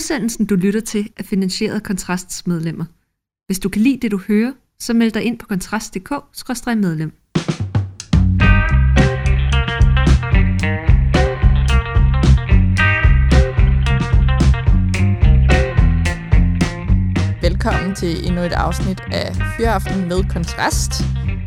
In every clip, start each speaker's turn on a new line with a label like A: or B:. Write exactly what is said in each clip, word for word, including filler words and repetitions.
A: Udsendelsen, du lytter til, er finansieret af Kontrasts medlemmer. Hvis du kan lide det, du hører, så meld dig ind på kontrast punktum d k skråstreg medlem.
B: Velkommen til endnu et afsnit af Fyraften med Kontrast.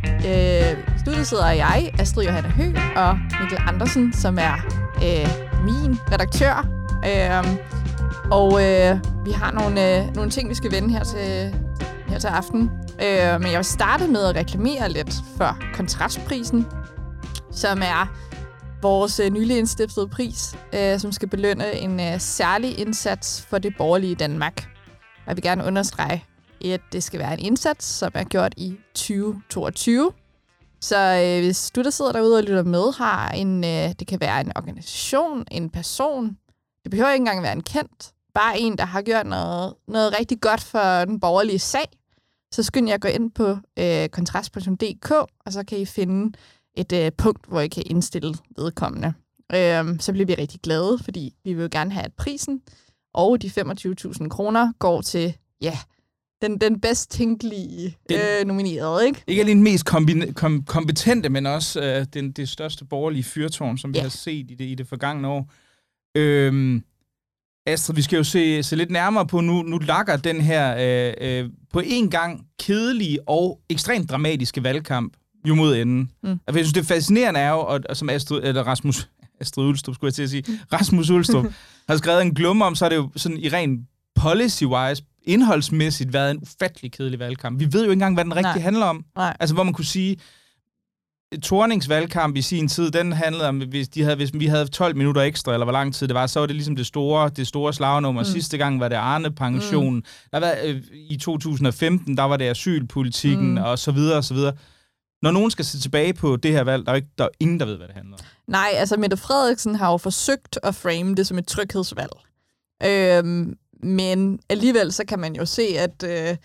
B: Øh, studiet sidder jeg, Astrid Johanne Høgh, og Mikkel Andersen, som er øh, min redaktør. Øh, og øh, vi har nogle, øh, nogle ting, vi skal vende her til, her til aften. Øh, men jeg vil starte med at reklamere lidt for Kontrastprisen, som er vores øh, nylig indstiftede pris, øh, som skal belønne en øh, særlig indsats for det borgerlige Danmark. Jeg vil gerne understrege, at det skal være en indsats, som er gjort i tyve toogtyve. Så øh, hvis du, der sidder derude og lytter med, har en, øh, det kan være en organisation, en person. Det behøver ikke engang være en kendt. Bare en, der har gjort noget, noget rigtig godt for den borgerlige sag. Så skynd jer at gå ind på øh, kontrast punktum d k, og så kan I finde et øh, punkt, hvor I kan indstille vedkommende. Øh, så bliver vi rigtig glade, fordi vi vil gerne have, at prisen og de femogtyve tusind kroner går til, ja, den, den bedst tænkelige øh, nominerede, ikke?
C: Ikke alene den mest kombi- kom- kompetente, men også øh, den, det største borgerlige fyrtårn, som vi ja. har set i det, i det forgangne år. Øhm, Astrid, vi skal jo se, se lidt nærmere på, nu, nu lakker den her øh, øh, på en gang kedelige og ekstremt dramatiske valgkamp jo mod enden. Mm. Altså, jeg synes, det fascinerende er jo, og, og som Astrid, eller Rasmus... Astrid Ulstrup, skulle jeg til at sige. Rasmus Ulstrup har skrevet en klumme om, så er det jo sådan i ren policy-wise, indholdsmæssigt været en ufattelig kedelig valgkamp. Vi ved jo ikke engang, hvad den rigtig Nej. handler om. Nej. Altså, hvor man kunne sige, Thornings valgkamp i sin tid, den handlede om, hvis, de havde, hvis vi havde tolv minutter ekstra, eller hvor lang tid det var, så var det ligesom det store, det store slagnummer. Mm. Sidste gang var det Arne-pensionen. Mm. Der var, øh, i to tusind og femten, der var det asylpolitikken, mm. og så videre, og så videre. Når nogen skal se tilbage på det her valg, der er, ikke, der er ingen, der ved, hvad det handler om.
B: Nej, altså Mette Frederiksen har jo forsøgt at frame det som et tryghedsvalg. Øhm, men alligevel så kan man jo se, at øh,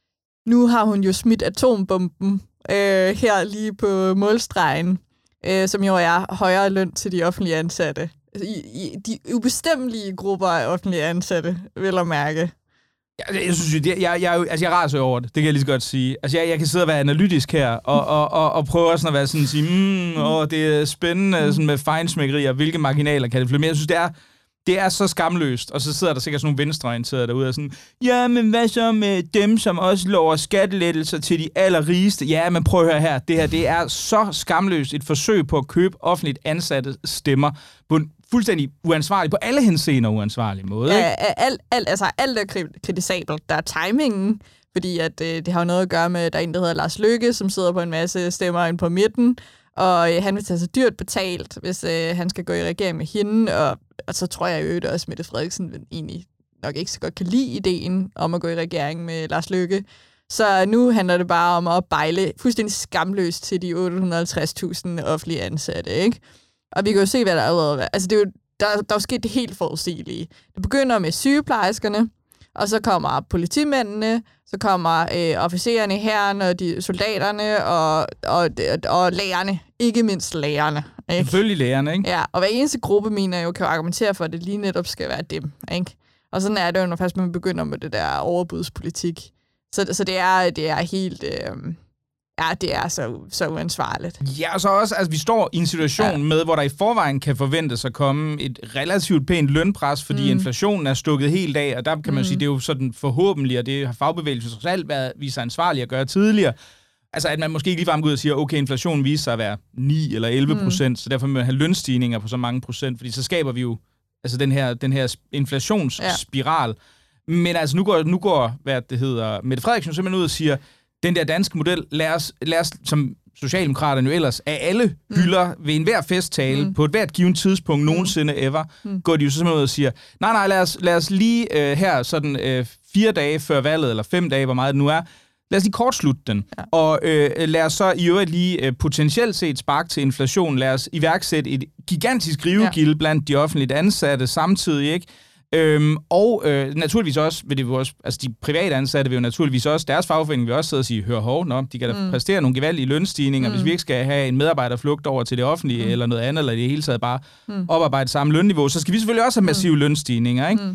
B: nu har hun jo smidt atombomben øh, her lige på målstregen, øh, som jo er højere løn til de offentlige ansatte. I, i de ubestemmelige grupper af offentlige ansatte, vil jeg mærke.
C: Jeg, jeg synes jo, jeg, jeg, altså jeg raser over det, det kan jeg lige så godt sige. Altså jeg, jeg kan sidde og være analytisk her, og, og, og, og prøve sådan at være sådan at sige, mm, åh, det er spændende sådan med fejnsmækkerier, hvilke marginaler kan det flytte. Men jeg synes, det er, det er så skamløst, og så sidder der sikkert sådan nogle venstreorienterede derude og sådan, ja, men hvad så med dem, som også lover skattelettelser til de allerrigeste? Ja, men prøv at høre her, det her, det er så skamløst et forsøg på at købe offentligt ansatte stemmer på en fuldstændig uansvarlig, på alle henseender uansvarlig måde.
B: Ja, alt, alt, altså, alt er kritisabelt. Der er timingen, fordi at, øh, det har jo noget at gøre med, at der er en, der hedder Lars Løkke, som sidder på en masse stemmer inde på midten, og øh, han vil tage sig dyrt betalt, hvis øh, han skal gå i regering med hende, og, og så tror jeg jo også, at Mette Frederiksen egentlig nok ikke så godt kan lide ideen om at gå i regering med Lars Løkke. Så nu handler det bare om at bejle fuldstændig skamløst til de otte hundrede og halvtreds tusind offentlige ansatte, ikke? Og vi kan jo se, hvad der er ude. Altså, det er jo, der, der er jo sket det helt forudsigelige. Det begynder med sygeplejerskerne, og så kommer politimændene, så kommer øh, officererne i hæren, og de soldaterne, og, og, og lærerne. Ikke mindst lærerne. Ikke?
C: Selvfølgelig lærerne, ikke?
B: Ja, og hver eneste gruppe, mener jeg jo, kan jo argumentere for, at det lige netop skal være dem, ikke? Og sådan er det jo, når først man begynder med det der overbudspolitik. Så, så det, er, det er helt... Øh, Ja, det er så, så uansvarligt.
C: Ja, og så også, altså vi står i en situation ja. med, hvor der i forvejen kan forventes at komme et relativt pænt lønpres, fordi mm. inflationen er stukket helt af, og der kan man mm. sige, det er jo sådan forhåbentlig, og det har fagbevægelsen trods alt været vist sig ansvarlig at gøre tidligere. Altså at man måske ikke ligefrem går ud og siger, okay, inflationen viser sig at være ni eller elleve procent, mm. så derfor må man have lønstigninger på så mange procent, fordi så skaber vi jo altså den her, den her inflationsspiral. Ja. Men altså nu går, nu går hvad det hedder, Mette Frederiksen simpelthen ud og siger, den der danske model, lad os, lad os som Socialdemokraterne jo ellers, af alle hylder mm. ved enhver festtale, mm. på et hvert givet tidspunkt, nogensinde ever, mm. går de jo så simpelthen ud og siger, nej, nej, lad os, lad os lige øh, her, sådan øh, fire dage før valget, eller fem dage, hvor meget det nu er, lad os lige kortslutte den, ja. og øh, lad os så i øvrigt lige øh, potentielt set spark til inflation, lad os iværksætte et gigantisk rivegilde ja. blandt de offentligt ansatte samtidig, ikke? Øhm, og øh, naturligvis også, vil det jo også, altså de private ansatte vil jo naturligvis også, deres fagforening vil også sidde og sige, hør hov, nå, de kan da mm. præstere nogle gevaldige lønstigninger, mm. hvis vi ikke skal have en medarbejderflugt over til det offentlige, mm. eller noget andet, eller i det hele taget bare mm. oparbejde samme lønniveau, så skal vi selvfølgelig også have massive mm. lønstigninger, ikke? Mm.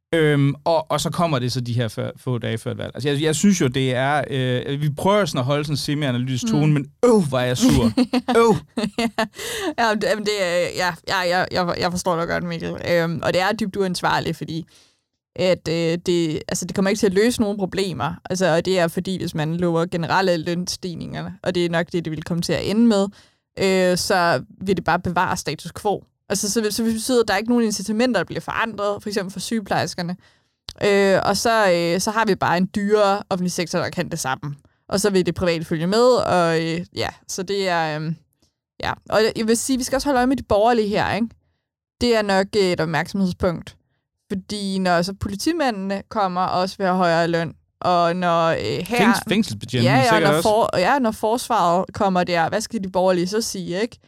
C: Øhm, og, og så kommer det så de her før, få dage før et valg. Altså, jeg, jeg synes jo, det er... Øh, vi prøver sådan at holde sådan en semi-analytisk tone, mm. men øv, hvor er jeg sur. Øv!
B: ja, det, det, ja, ja, jeg, jeg, jeg forstår dig godt, Mikkel. Øhm, og det er dybt uansvarligt, fordi at, øh, det, altså, det kommer ikke til at løse nogen problemer. Altså, og det er fordi, hvis man lover generelle lønstigninger, og det er nok det, det vil komme til at ende med, øh, så vil det bare bevare status quo. Altså, så, så betyder at der er ikke nogen incitamenter, der bliver forandret, for eksempel for sygeplejerskerne. Øh, og så, øh, så har vi bare en dyrere offentlig sektor, der kan det samme. Og så vil det private følge med, og øh, ja, så det er... Øh, ja, og jeg vil sige, vi skal også holde øje med de borgerlige her, ikke? Det er nok et opmærksomhedspunkt. Fordi når så politimændene kommer, også ved at have højere løn, og når øh, her...
C: Fængs, fængselsbetjenten,
B: ja, ja, når
C: også.
B: For, ja, når forsvaret kommer der, hvad skal de borgerlige så sige, ikke?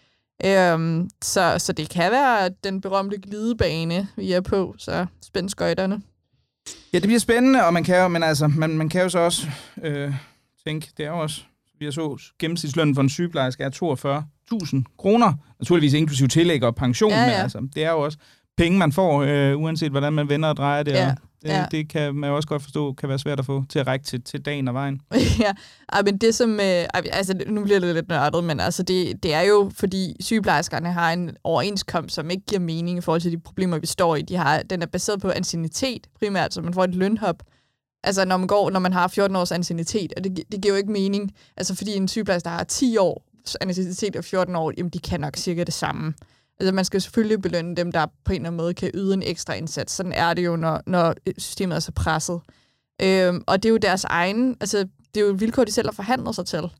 B: Øhm, så, så det kan være den berømte glidebane, vi er på, så spænd skøjterne.
C: Ja, det bliver spændende, og man kan jo, men altså, man, man kan jo så også øh, tænke, det er jo også, vi har så gennemsnitslønnen for en sygeplejerske er toogfyrre tusind kroner, naturligvis inklusive tillæg og pension, ja, ja. Men altså, det er jo også penge, man får, øh, uanset hvordan man vender og drejer det,
B: ja.
C: og det,
B: ja.
C: det kan man jo også godt forstå, kan være svært at få til at række til, til dagen og vejen.
B: ja, men det som, øh, altså nu bliver det lidt nørdet, men altså det, det er jo, fordi sygeplejerskerne har en overenskomst, som ikke giver mening i forhold til de problemer, vi står i. De har, den er baseret på anciennitet primært, så man får et lønhop. Altså når man går, når man har fjorten års anciennitet, og det, det giver jo ikke mening. Altså fordi en sygeplejerske, der har ti år anciennitet og fjorten år, jamen de kan nok cirka det samme. Altså man skal selvfølgelig belønne dem, der på en eller anden måde kan yde en ekstra indsats. Sådan er det jo, når, når systemet er så presset. Øhm, og det er jo deres egen, altså det er jo vilkår, de selv har forhandlet sig til.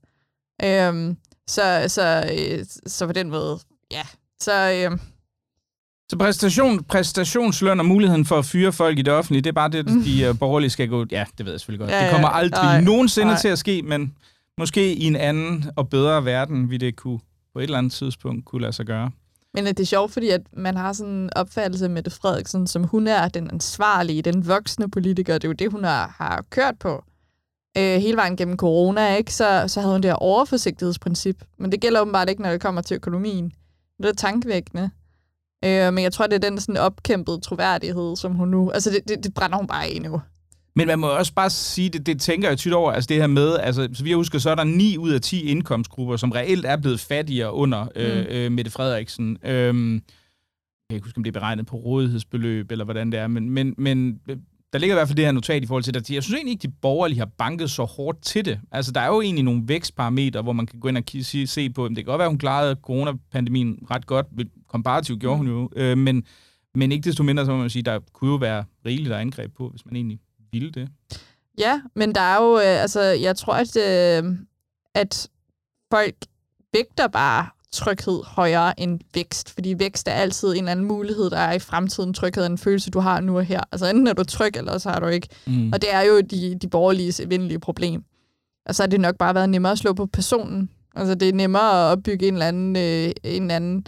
B: Øhm, så, så, øh, så på den måde, ja. Så, øh,
C: så præstation, præstationsløn og muligheden for at fyre folk i det offentlige, det er bare det, mm. de uh, borgerlige skal gå... Ja, det ved jeg selvfølgelig godt. Ja, det kommer aldrig ja, nogensinde nej. til at ske, men måske i en anden og bedre verden, vil det kunne på et eller andet tidspunkt kunne lade sig gøre.
B: Men det er sjovt, fordi at man har sådan en opfattelse af Mette Frederiksen, som hun er den ansvarlige, den voksne politiker. Det er jo det, hun har, har kørt på øh, hele vejen gennem corona, ikke? Så, så havde hun det her overforsigtighedsprincip. Men det gælder åbenbart ikke, når det kommer til økonomien. Det er tankevækkende. Øh, men jeg tror, det er den sådan opkæmpede troværdighed, som hun nu... Altså, det, det, det brænder hun bare i nu.
C: Men man må også bare sige, det, det tænker jeg tydt over, altså det her med, altså, så vi husker, så er der ni ud af ti indkomstgrupper, som reelt er blevet fattigere under mm. øh, Mette Frederiksen. Øhm, jeg kan ikke huske, om det er beregnet på rådighedsbeløb, eller hvordan det er, men, men, men der ligger i hvert fald det her notat i forhold til, at jeg synes egentlig ikke, de borgerlige har banket så hårdt til det. Altså, der er jo egentlig nogle vækstparametre, hvor man kan gå ind og se på, at det kan godt være, at hun klarede coronapandemien ret godt, komparativt gjorde hun jo, øh, men, men ikke desto mindre, så må man sige, der kunne jo være rigeligt der angreb på, hvis man egentlig ville det. Ja,
B: men der er jo, øh, altså, jeg tror, at, øh, at folk vægter bare tryghed højere end vækst, fordi vækst er altid en eller anden mulighed, der er i fremtiden. Tryghed er en følelse, du har nu og her. Altså enten er du tryg, eller så har du ikke. Mm. Og det er jo de, de borgerliges evindelige problem. Og så har det nok bare været nemmere at slå på personen. Altså det er nemmere at opbygge en eller anden, øh, en eller anden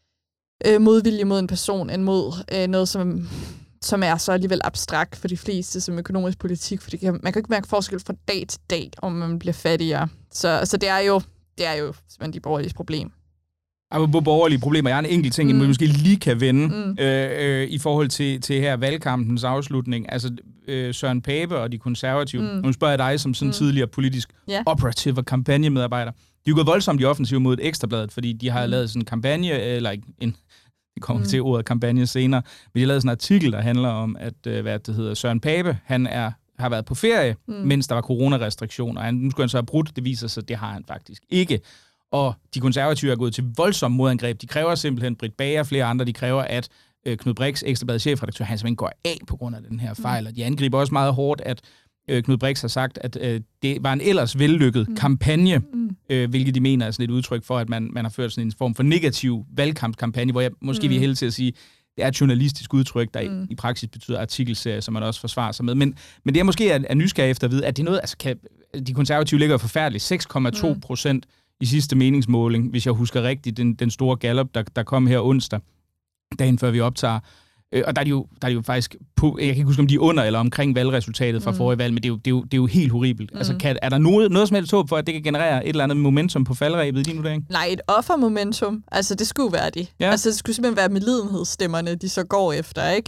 B: øh, modvilje mod en person, end mod øh, noget, som... som er så alligevel abstrakt for de fleste som økonomisk politik, for kan, man kan ikke mærke forskel fra dag til dag, om man bliver fattigere. Så, så det er jo det er jo simpelthen de borgerlige problem.
C: Apropos borgerlige problemer, jeg har en enkelt ting, mm. vi måske lige kan vende mm. øh, øh, i forhold til, til her valgkampens afslutning. Altså øh, Søren Pape og de konservative, mm. nu spørger jeg dig som sådan mm. tidligere politisk yeah. operativ og kampagnemedarbejder. De er gået voldsomt i offensiv mod et Ekstrabladet, fordi de har mm. lavet sådan en kampagne, eller en det kommer mm. til ordet kampagne senere, men de har lavet sådan en artikel, der handler om, at øh, hvad det hedder, Søren Pape, han er, har været på ferie, mm. mens der var coronarestriktioner. Han, nu skulle han så have brudt, det viser sig, at det har han faktisk ikke. Og de konservative er gået til voldsom modangreb. De kræver simpelthen, Britt Bager og flere andre, de kræver, at øh, Knud Brix, Ekstrabladets chefredaktør, han simpelthen går af på grund af den her fejl. Mm. Og de angriber også meget hårdt, at øh, Knud Brix har sagt, at øh, det var en ellers vellykket mm. kampagne, mm. Øh, hvilket de mener er sådan et udtryk for, at man, man har ført sådan en form for negativ valgkampskampagne, hvor jeg måske mm. vil hælde til at sige, det er et journalistisk udtryk, der mm. i, i praksis betyder artikelserie, som man også forsvarer sig med. Men, men det er måske er, er nysgerrig efter at vide, at det er noget, altså kan, de konservative ligger forfærdeligt, seks komma to procent mm. i sidste meningsmåling, hvis jeg husker rigtigt, den, den store gallup, der, der kom her onsdag, dagen før vi optager. Øh, og der er, de jo, der er de jo faktisk, på, jeg kan ikke huske, om de er under eller omkring valgresultatet fra mm. forrige valg, men det er jo, det er jo, det er jo helt horribelt. Mm. Altså, kan, er der noget, noget som helst håb for, at det kan generere et eller andet momentum på faldrebet lige nu der, ikke?
B: Nej, et offermomentum. Altså, det skulle være det. Ja. Altså, det skulle simpelthen være medlidenhedsstemmerne, de så går efter, ikke?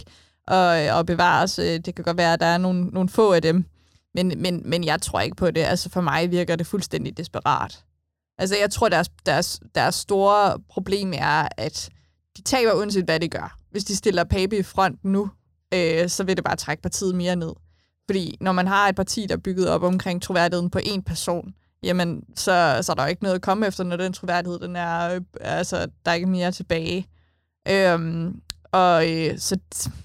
B: og, og bevares. Det kan godt være, at der er nogle, nogle få af dem, men, men, men jeg tror ikke på det. Altså for mig virker det fuldstændig desperat. Altså jeg tror, deres, deres, deres store problem er, at de taber uanset hvad de gør. Hvis de stiller Pape i front nu, øh, så vil det bare trække partiet mere ned. Fordi når man har et parti, der er bygget op omkring troværdigheden på én person, jamen, så, så er der jo ikke noget at komme efter, når den troværdighed, den er, øh, altså, der er ikke mere tilbage. Øhm, og øh, så,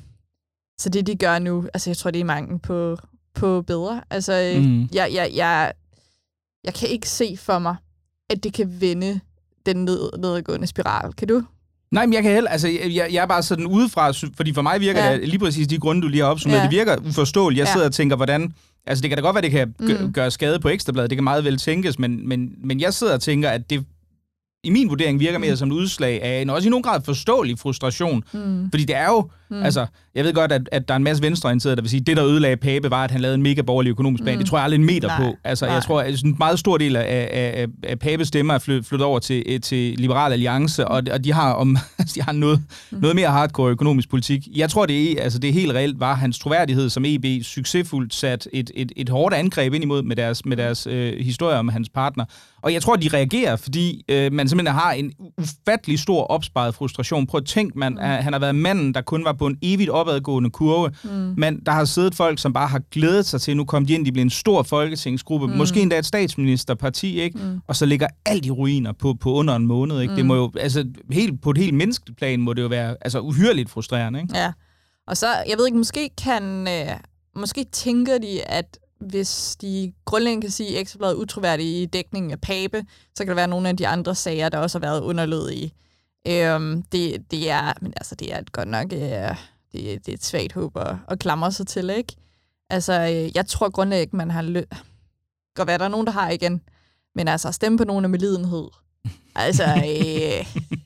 B: så det, de gør nu, altså, jeg tror, det er mangel på, på bedre. Altså, mm. jeg, jeg, jeg, jeg kan ikke se for mig, at det kan vende den ned, nedadgående spiral. Kan du?
C: Nej, men jeg kan heller, altså, jeg, jeg er bare sådan udefra, fordi for mig virker ja. det lige præcis de grunde, du lige har opsummeret. Ja. Det virker uforståeligt. Jeg sidder ja. og tænker, hvordan, altså det kan da godt være, det kan gø- mm. gøre skade på Ekstrabladet, det kan meget vel tænkes, men, men, men jeg sidder og tænker, at det i min vurdering virker mere mm. som et udslag af en også i nogen grad forståelig frustration. Mm. Fordi det er jo, mm. altså, jeg ved godt, at, at der er en masse venstreorienterede, der vil sige, at det, der ødelagde Pape, var, at han lavede en mega borgerlig økonomisk plan. Mm. Det tror jeg aldrig en meter Nej. på. Altså, Nej. jeg tror, at en meget stor del af, af, af Papes stemmer er flyttet, flyttet over til, til Liberal Alliance, og, og de har, om, de har noget, mm. noget mere hardcore økonomisk politik. Jeg tror, det er, altså, det helt reelt var hans troværdighed som E B succesfuldt sat et, et, et hårdt angreb ind imod med deres, med deres øh, historie om hans partner. Og jeg tror, de reagerer, fordi øh, man simpelthen har en ufattelig stor opsparet frustration. Prøv at tænke, man, mm. at han har været manden, der kun var på en evigt opadgående kurve, mm. men der har siddet folk, som bare har glædet sig til, nu kom de ind, de blev en stor folketingsgruppe, mm. måske endda et statsministerparti, ikke? Mm. Og så ligger alt i ruiner på, på under en måned. Ikke? Mm. Det må jo, altså, helt, på et helt menneskeligt plan må det jo være altså, uhyrligt frustrerende. Ikke?
B: Ja, og så, jeg ved ikke, måske kan, øh, måske tænker de, at hvis de grundlæggende kan sige, at Ekstrabladet er utroværdige i dækningen af Pape, så kan der være nogle af de andre sager, der også har været underlødige. Øhm, det, det er, men altså, det er et godt nok, øh, det, det er et svagt håb at, at klamre sig til, ikke? Altså, øh, jeg tror grundlæggende, man har lø... Godt være, der er nogen, der har igen, men altså, stemme på nogen af medlidenhed. Altså, øh,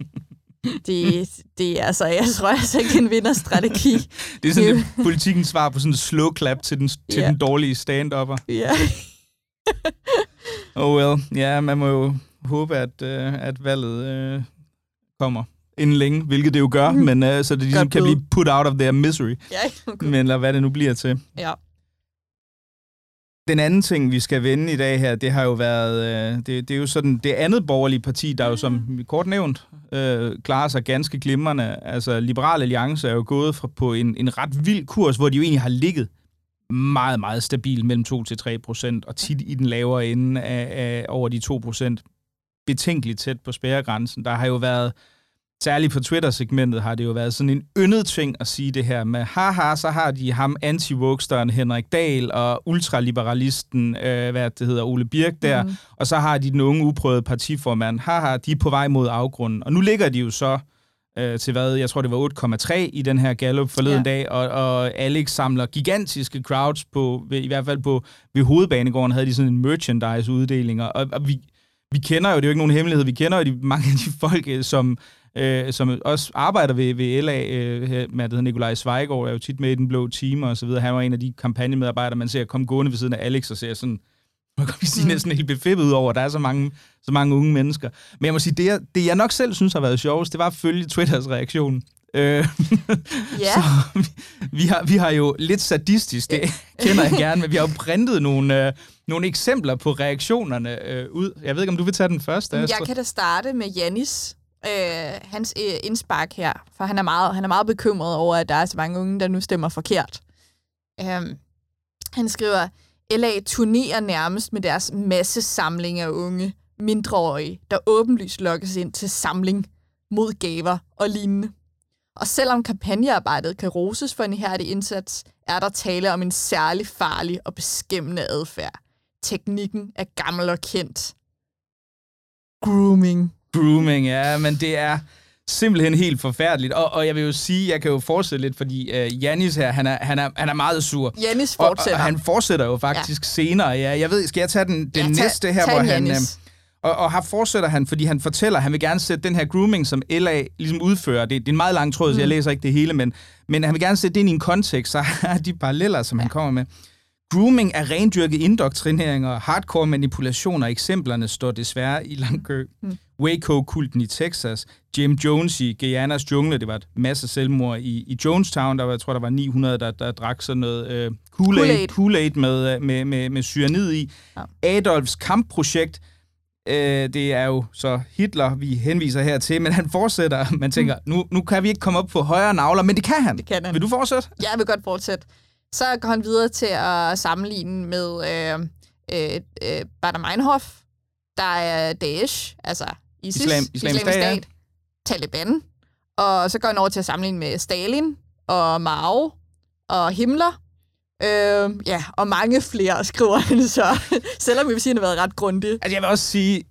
B: det, det er altså, jeg tror altså ikke en vinderstrategi.
C: Det er sådan det, politikens svar på sådan en slow clap til den, til yeah. den dårlige stand-upper.
B: Ja. Yeah.
C: Oh well, ja, man må jo håbe, at, uh, at valget uh, kommer inden længe, hvilket det jo gør, mm. men uh, så det ligesom kan blive put out of their misery.
B: Ja, okay.
C: Men eller hvad det nu bliver til.
B: Ja.
C: Den anden ting, vi skal vende i dag her, det har jo været, det, det er jo sådan det andet borgerlige parti, der jo som kort nævnt øh, klarer sig ganske glimrende. Altså Liberal Alliance er jo gået fra, på en, en ret vild kurs, hvor de jo egentlig har ligget meget, meget stabilt mellem to til tre procent, og tit i den lavere ende af, af over de to procent. Betænkeligt tæt på spærregrænsen. Der har jo været, særligt på Twitter-segmentet, har det jo været sådan en yndet ting at sige det her med, haha, så har de ham anti-wokesteren Henrik Dahl og ultraliberalisten, øh, hvad det hedder, Ole Birk der, mm. og så har de den unge uprøvede partiformand, haha, de er på vej mod afgrunden. Og nu ligger de jo så øh, til hvad, jeg tror det var otte komma tre i den her Gallup forleden ja. dag, og, og Alex samler gigantiske crowds på, i hvert fald på ved Hovedbanegården havde de sådan en merchandise-uddeling, og, og vi, vi kender jo, det er jo ikke nogen hemmelighed, vi kender jo de, mange af de folk, som Øh, som også arbejder ved, ved L A, øh, med det hedder Nikolaj Svejgaard, er jo tit med i Den Blå Time og så videre. Han var en af de kampagnemedarbejdere, man ser komme gående ved siden af Alex og ser sådan, man kan sige, næsten helt befippet ud over, at der er så mange, så mange unge mennesker. Men jeg må sige, det jeg, det jeg nok selv synes har været sjovest, det var at følge Twitters reaktion. Øh,
B: yeah.
C: så vi, vi, har, vi har jo lidt sadistisk, det kender jeg gerne, men vi har jo printet nogle, øh, nogle eksempler på reaktionerne øh, ud. Jeg ved ikke, om du vil tage den første, Astrid?
B: Jeg kan da starte med Jannis. Øh, hans øh, indspark her, for han er, meget, han er meget bekymret over, at der er så mange unge, der nu stemmer forkert. Øh, han skriver, L A turnerer nærmest med deres massesamling af unge mindreårige, der åbenlyst lokkes ind til samling mod gaver og lignende. Og selvom kampagnearbejdet kan roses for en ihærdig indsats, er der tale om en særlig farlig og beskæmmende adfærd. Teknikken er gammel og kendt. Grooming.
C: Grooming, ja, men det er simpelthen helt forfærdeligt. Og, og jeg vil jo sige, jeg kan jo fortsætte lidt, fordi uh, Jannis her, han er, han, er, han er meget sur.
B: Jannis fortsætter.
C: Og, og han fortsætter jo faktisk ja. senere. Ja, jeg ved, skal jeg tage den, den ja, næste her, hvor han... Uh, og, og her fortsætter han, fordi han fortæller, at han vil gerne sætte den her grooming, som L A ligesom udfører. Det, det er en meget lang tråd, mm. så jeg læser ikke det hele, men, men han vil gerne sætte det ind i en kontekst, så har de paralleller, som ja. han kommer med. Grooming er rendyrket indoktrinering og hardcore manipulationer. Eksemplerne står desværre i lang kø. Mm. Waco-kulten i Texas, Jim Jones i Guyanas jungle, det var et masse selvmord i, i Jonestown, der var, jeg tror, der var ni hundrede, der, der drak sådan noget øh, Kool-Aid, Kool-Aid med, med, med, med cyanid i. Ja. Adolfs kampprojekt, øh, det er jo så Hitler, vi henviser her til, men han fortsætter, man tænker, mm. nu, nu kan vi ikke komme op på højere navler, men det kan han.
B: Det kan han.
C: Vil du fortsætte?
B: Ja, jeg vil godt fortsætte. Så går han videre til at sammenligne med øh, øh, øh, Baader Meinhof, der er Daesh, altså ISIS,
C: Islam, Islamisk Stat, ja.
B: Taliban, og så går han over til at sammenligne med Stalin og Mao og Himmler, øh, ja, og mange flere, skriver han så, selvom vi vil sige, at han har været ret grundig.
C: Altså jeg vil også sige,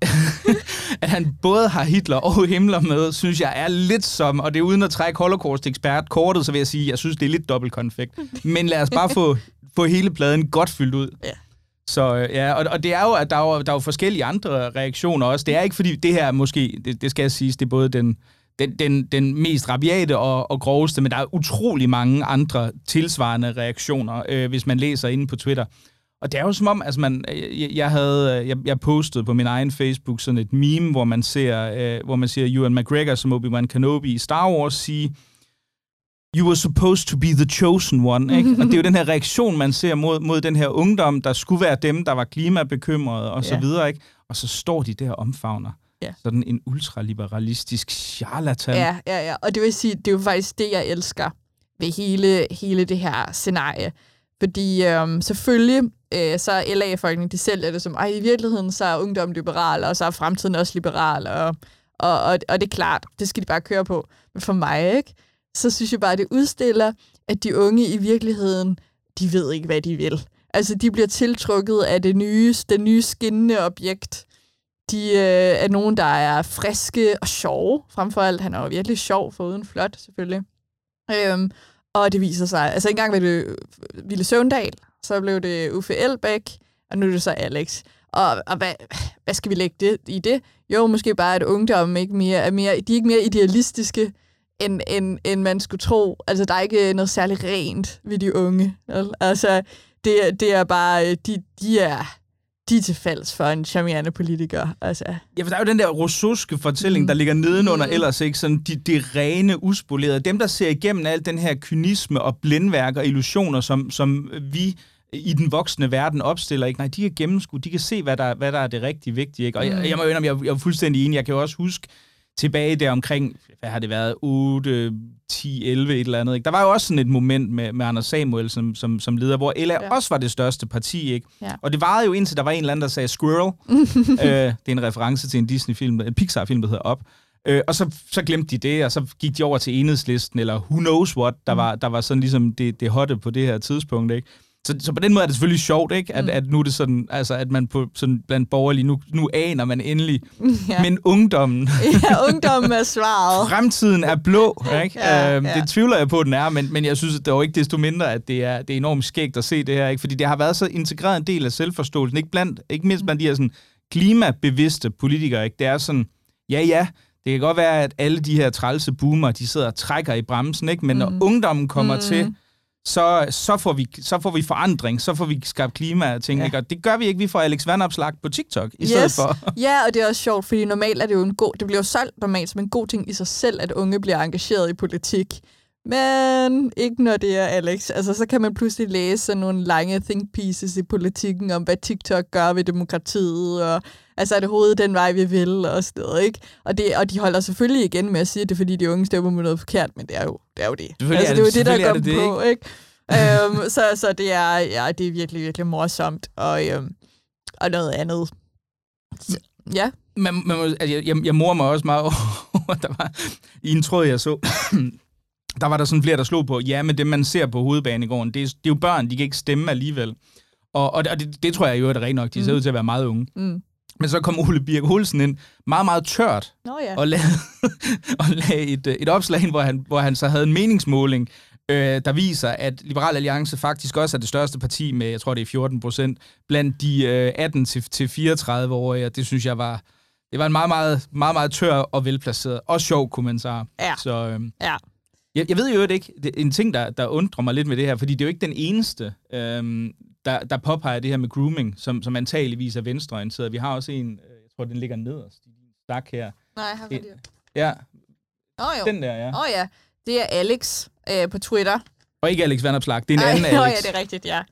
C: at han både har Hitler og Himmler med, synes jeg er lidt som, og det er uden at trække Holocaust-ekspert-kortet, så vil jeg sige, at jeg synes, det er lidt dobbeltkonfekt. Men lad os bare få, få hele pladen godt fyldt ud. Ja. Så ja, og, og det er jo, at der er jo, der er jo forskellige andre reaktioner også. Det er ikke, fordi det her måske, det, det skal jeg sige, det er både den, den, den, den mest rabiate og, og groveste, men der er utrolig mange andre tilsvarende reaktioner, øh, hvis man læser inde på Twitter. Og det er jo som om, altså man, jeg, jeg havde, jeg, jeg postede på min egen Facebook sådan et meme, hvor man ser, øh, hvor man ser Ewan McGregor som Obi-Wan Kenobi i Star Wars sige, "You were supposed to be the chosen one." Ikke? Og det er jo den her reaktion, man ser mod, mod den her ungdom, der skulle være dem, der var klimabekymrede og så yeah. videre. Ikke? Og så står de der og omfavner. Yeah. Sådan en ultraliberalistisk charlatan.
B: Ja, ja, ja. Og det vil sige, det er jo faktisk det, jeg elsker ved hele, hele det her scenarie. Fordi øhm, selvfølgelig, øh, så er L A-folkene, de sælger det som, ej, i virkeligheden så er ungdom liberal, og så er fremtiden også liberal. Og, og, og, og det er klart, det skal de bare køre på. Men for mig, ikke? Så synes jeg bare, at det udstiller, at de unge i virkeligheden, de ved ikke, hvad de vil. Altså, de bliver tiltrukket af det nye, det nye skinnende objekt. De øh, er nogen, der er friske og sjove, frem for alt. Han er jo virkelig sjov, foruden flot, selvfølgelig. Øhm, og det viser sig, altså engang var det Ville Søvndal, så blev det Uffe Elbæk, og nu er det så Alex. Og, og hvad, hvad skal vi lægge det, i det? Jo, måske bare, at ungdommen ikke mere, er mere, de er ikke mere idealistiske, End, end, end man skulle tro. Altså, der er ikke noget særligt rent ved de unge. Altså, det, det er bare, de, de er de er til falds for en charmerende politiker. Altså.
C: Ja, for der er jo den der rousseauske fortælling, mm. der ligger nedenunder mm. ellers, ikke? Sådan de, de rene, uspolerede. Dem, der ser igennem al den her kynisme og blindværk og illusioner, som, som vi i den voksne verden opstiller, ikke? Nej, de kan gennemskue, de kan se, hvad der, hvad der er det rigtig vigtige, ikke? Og jeg, jeg må indrømme, jeg, jeg er fuldstændig enig. Jeg kan jo også huske, tilbage der omkring, hvad har det været, otte, ti, elleve, et eller andet. Ikke? Der var jo også sådan et moment med, med Anders Samuel som, som, som leder, hvor L A ja. også var det største parti. Ikke? Ja. Og det varede jo indtil, der var en eller anden, der sagde Squirrel. øh, det er en reference til en Disney-film, en Pixar-film, der hedder Up. Øh, og så, så glemte de det, og så gik de over til Enhedslisten, eller Who Knows What, der, var, der var sådan ligesom det, det hotte på det her tidspunkt. Ikke? Så, så på den måde er det selvfølgelig sjovt, ikke? At, mm. at nu er det sådan, altså at man på sådan blandt borgerlige, nu, nu aner man endelig, ja. men ungdommen.
B: Ja, ungdommen er svaret.
C: Fremtiden er blå, ikke?
B: Ja,
C: øhm,
B: ja.
C: Det tvivler jeg på, den er, men, men jeg synes, at det er jo ikke desto mindre, at det er, det er enormt skægt at se det her, ikke? Fordi det har været så integreret en del af selvforståelsen, ikke, blandt, ikke mindst blandt de her sådan klimabevidste politikere, ikke? Det er sådan, ja, ja, det kan godt være, at alle de her trælse boomer, de sidder og trækker i bremsen, ikke? Men mm. når ungdommen kommer mm. til, Så, så, får vi, så får vi forandring, så får vi skabt klima og ting, ja. ikke? Og det gør vi ikke, vi får Alex Vanopslagh på TikTok i yes. stedet for.
B: Ja, og det er også sjovt, fordi normalt er det jo en god, det bliver jo solgt normalt som en god ting i sig selv, at unge bliver engageret i politik. Men ikke når det er Alex. Altså, så kan man pludselig læse sådan nogle lange think pieces i politikken om, hvad TikTok gør ved demokratiet, og altså er det hovedet den vej, vi vil, og sådan noget, ikke? Og, det, og de holder selvfølgelig igen med at sige, at det er, fordi de unge stemmer med noget forkert, men det er jo det. Er jo det. Altså, det er jo det, der går det, på, ikke? ikke? um, så, så det er, ja, det er virkelig, virkelig morsomt, og, um, og noget andet. Så, ja.
C: Man, man, altså, jeg, jeg morer mig også meget over, der var i en tråd, jeg så, der var der sådan flere, der slog på, ja, men det, man ser på hovedbanegården, det er, det er jo børn, de kan ikke stemme alligevel. Og, og det, det tror jeg jo er det rent nok, de ser mm. ud til at være meget unge. Mm. Men så kom Ole Birk Olsen ind, meget, meget tørt,
B: Nå, ja.
C: og lavede, og lavede et, et opslag, hvor han, hvor han så havde en meningsmåling, øh, der viser, at Liberal Alliance faktisk også er det største parti med, jeg tror det er fjorten procent, blandt de øh, atten til fireogtredive-årige, og det synes jeg var, det var en meget, meget, meget, meget tør og velplaceret, og sjov kommentar.
B: Ja,
C: så, øh,
B: ja.
C: Jeg, jeg ved jo ikke, det er en ting, der, der undrer mig lidt med det her, fordi det er jo ikke den eneste, øhm, der, der påpeger det her med grooming, som, som antageligvis er venstreorienteret. Vi har også en, jeg tror, den ligger nederst i din stak her,
B: Nej, jeg har det.
C: Ja.
B: Åh oh, jo.
C: Den der, ja.
B: Åh oh, ja. Det er Alex øh, på Twitter.
C: Og ikke Alex Vanopslagh, det er en Ej, anden Alex.
B: Åh ja, det er rigtigt, ja.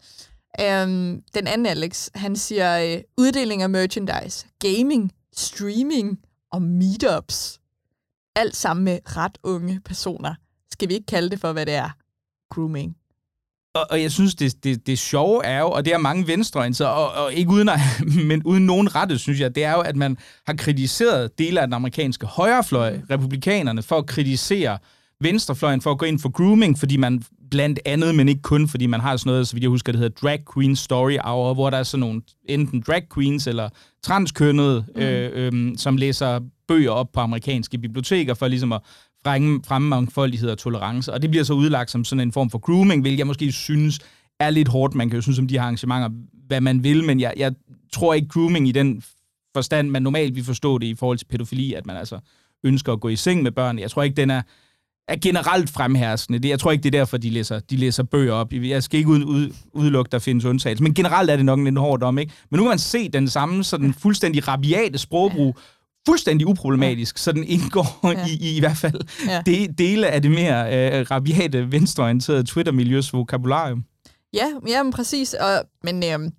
B: Øhm, den anden Alex, han siger øh, uddeling af merchandise, gaming, streaming og meetups. Alt sammen med ret unge personer. Skal vi ikke kalde det for, hvad det er? Grooming.
C: Og, og jeg synes, det, det, det sjove er jo, og det er mange venstreorienterede, og, og ikke uden, at, men uden nogen rette, synes jeg, det er jo, at man har kritiseret dele af den amerikanske højrefløj, mm. republikanerne, for at kritisere venstrefløjen for at gå ind for grooming, fordi man blandt andet, men ikke kun, fordi man har sådan noget, så vidt jeg husker, det hedder Drag Queen Story Hour, hvor der er sådan nogle enten drag queens eller transkønnede, mm. øh, øh, som læser bøger op på amerikanske biblioteker for ligesom at fremme, fremme mangfoldighed og tolerance. Og det bliver så udlagt som sådan en form for grooming, hvilket jeg måske synes er lidt hårdt. Man kan jo synes om de her arrangementer, hvad man vil, men jeg, jeg tror ikke grooming i den forstand, man normalt vil forstå det i forhold til pædofili, at man altså ønsker at gå i seng med børn. Jeg tror ikke, den er er generelt fremherskende. Det, jeg tror ikke, det er derfor, de læser, de læser bøger op. Jeg skal ikke ud, ud, udelukke, der findes undtagelser. Men generelt er det nok en lidt hård dom, ikke? Men nu kan man se den samme sådan fuldstændig rabiate sprogbrug, fuldstændig uproblematisk, så den indgår ja. i, i i hvert fald ja. de, dele af det mere øh, rabiate, venstreorienterede Twitter-miljøs vokabularium.
B: Ja, jamen præcis. Og, men øh,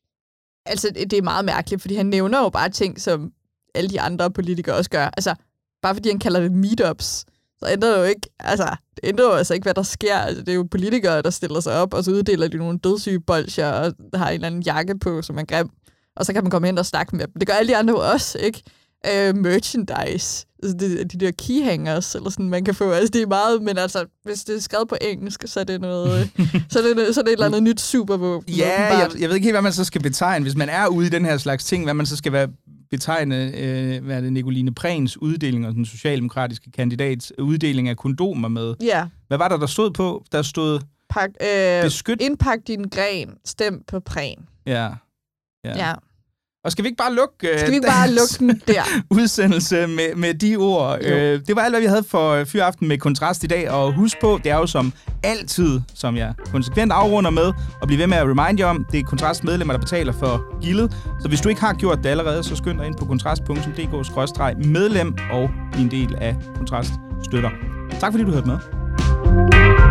B: altså, det er meget mærkeligt, fordi han nævner jo bare ting, som alle de andre politikere også gør. Altså, bare fordi han kalder det meetups, så ændrer det jo ikke, altså, det ændrer jo altså ikke, hvad der sker. Altså, det er jo politikere, der stiller sig op, og så uddeler de nogle dødssyge bolcher, og har en eller anden jakke på, som er grim. Og så kan man komme hen og snakke med dem. Det gør alle de andre jo også, ikke? Uh, merchandise. Altså, de, de der keyhangers, eller sådan, man kan få. Altså, det er meget, men altså, hvis det er skrevet på engelsk, så er det noget, så er det, så er det et eller andet nyt supervåben.
C: Ja, jeg, jeg ved ikke helt, hvad man så skal betegne, hvis man er ude i den her slags ting, hvad man så skal være betegne, øh, hvad er det, Nicoline Prehns uddeling og den socialdemokratiske kandidats uddeling af kondomer med.
B: Ja.
C: Hvad var der, der stod på? Der stod
B: Pak, øh,
C: beskyt.
B: Indpak din gren, stem på Prehn.
C: Ja. Ja.
B: ja.
C: Og skal vi ikke bare lukke,
B: skal vi ikke bare lukke den der?
C: udsendelse med, med de ord? Øh, det var alt, hvad vi havde for Fyraften med Kontrast i dag. Og husk på, det er jo som altid, som jeg konsekvent afrunder med, og blive ved med at remind jer om, det er Kontrast medlemmer, der betaler for gildet. Så hvis du ikke har gjort det allerede, så skynd dig ind på kontrast punktum d k skråstreg medlem og din del af Kontrast støtter. Tak fordi du hørte med.